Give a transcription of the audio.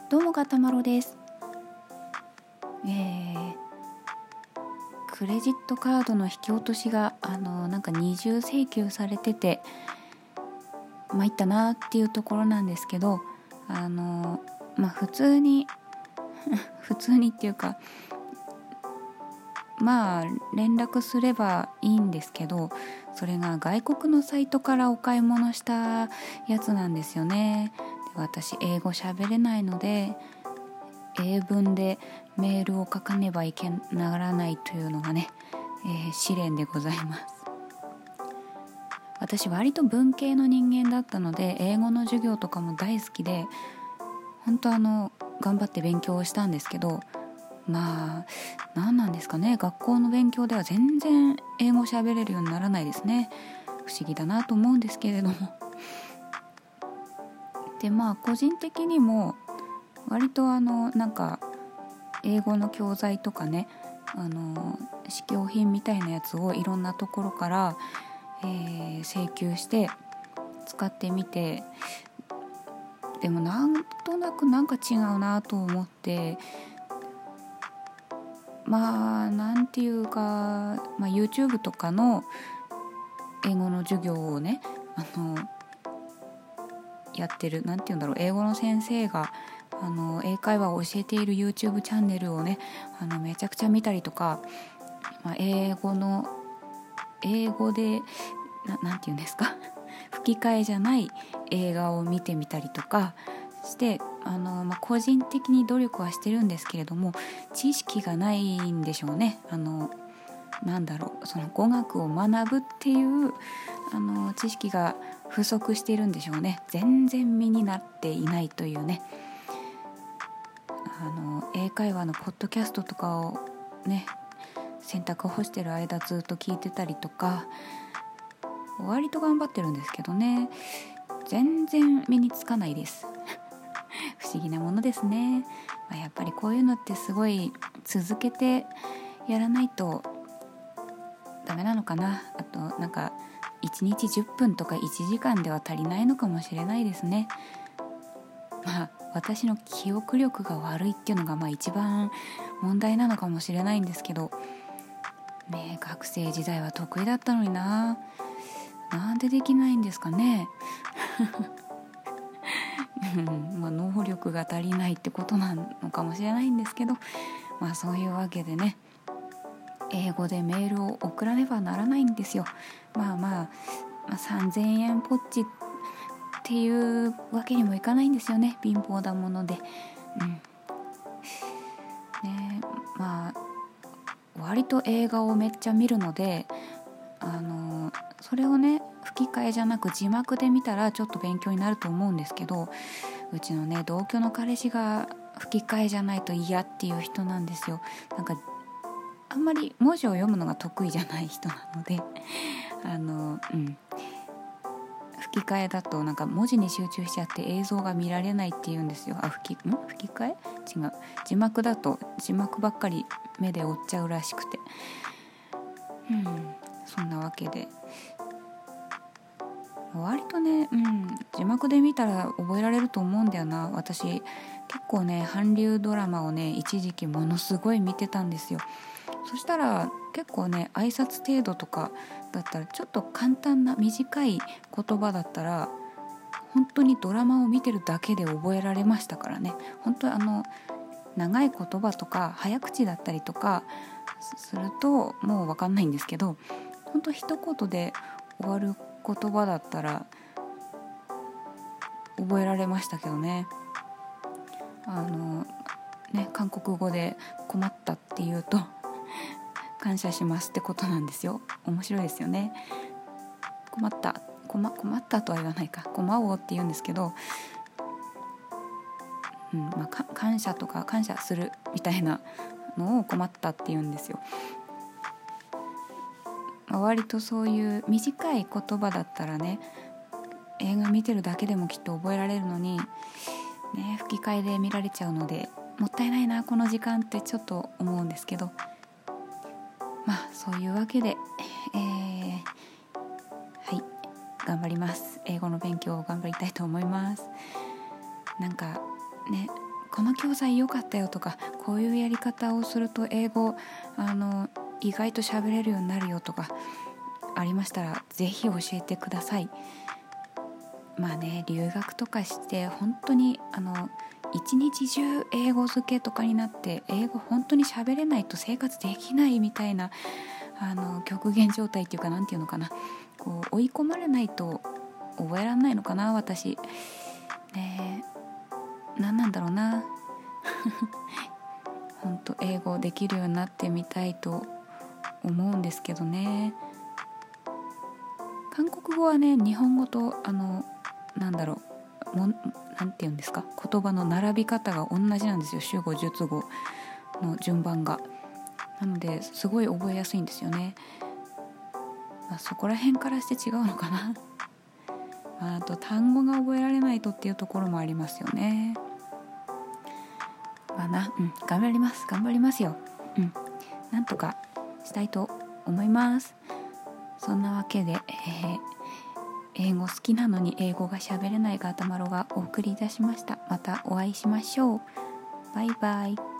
どうもがたまろです。クレジットカードの引き落としがなんか二重請求されてて参ったなっていうところなんですけど、普通に普通にっていうか連絡すればいいんですけど、それが外国のサイトからお買い物したやつなんですよね。で、私英語喋れないので英文でメールを書かねばいけならないというのがね、試練でございます。私割と文系の人間だったので英語の授業とかも大好きで本当頑張って勉強をしたんですけど、何なんですかね、学校の勉強では全然英語喋れるようにならないですね。不思議だなと思うんですけれどもで個人的にも割となんか英語の教材とかね、試供品みたいなやつをいろんなところから、請求して使ってみて、でもなんとなくなんか違うなと思って、なんていうか、YouTube とかの英語の授業をねやってる英語の先生が英会話を教えている YouTube チャンネルをねめちゃくちゃ見たりとか、英語でなんていうんですか吹き替えじゃない映画を見てみたりとかして個人的に努力はしてるんですけれども知識がないんでしょうね。その語学を学ぶっていう知識が不足しているんでしょうね。全然身になっていないというね、英会話のポッドキャストとかをね洗濯干してる間ずっと聞いてたりとか割と頑張ってるんですけどね、全然身につかないです不思議なものですね。やっぱりこういうのってすごい続けてやらないとダメなのかな。あと1日10分とか1時間では足りないのかもしれないですね。私の記憶力が悪いっていうのが一番問題なのかもしれないんですけどね、学生時代は得意だったのになんでできないんですかね能力が足りないってことなのかもしれないんですけど、そういうわけでね英語でメールを送らねばならないんですよ。3000円ポッチっていうわけにもいかないんですよね、貧乏だもので。割と映画をめっちゃ見るのでそれをね吹き替えじゃなく字幕で見たらちょっと勉強になると思うんですけど、うちのね同居の彼氏が吹き替えじゃないと嫌っていう人なんですよ。あんまり文字を読むのが得意じゃない人なので吹き替えだと文字に集中しちゃって映像が見られないっていうんですよ。吹き替え違う、字幕だと字幕ばっかり目で追っちゃうらしくて、そんなわけで割とね、字幕で見たら覚えられると思うんだよな。私結構ね韓流ドラマをね一時期ものすごい見てたんですよ。そしたら結構ね挨拶程度とかだったらちょっと簡単な短い言葉だったら本当にドラマを見てるだけで覚えられましたからね。本当長い言葉とか早口だったりとかするともう分かんないんですけど、本当一言で終わる言葉だったら覚えられましたけどね。韓国語で困ったっていうと感謝しますってことなんですよ。面白いですよね。困ったとは言わないか、困おうって言うんですけど、感謝とか感謝するみたいなのを困ったって言うんですよ。割とそういう短い言葉だったらね映画見てるだけでもきっと覚えられるのに吹き替えで見られちゃうのでもったいないなこの時間ってちょっと思うんですけど、そういうわけで、頑張ります。英語の勉強を頑張りたいと思います。 この教材良かったよとか、こういうやり方をすると英語意外と喋れるようになるよとかありましたら、ぜひ教えてください。まあね、留学とかして本当に一日中英語漬けとかになって英語本当に喋れないと生活できないみたいな極限状態っていうか、なんていうのかな、こう追い込まれないと覚えられないのかな、私ね。何なんだろうな本当英語できるようになってみたいと思うんですけどね。韓国語はね、日本語となんだろう、なんていうんですか、言葉の並び方が同じなんですよ、主語述語の順番が。なのですごい覚えやすいんですよね。そこら辺からして違うのかなあと単語が覚えられないとっていうところもありますよね。頑張りますよ。なんとかしたいと思います。そんなわけで、英語好きなのに英語が喋れないガタマロがお送りいたしました。またお会いしましょう。バイバイ。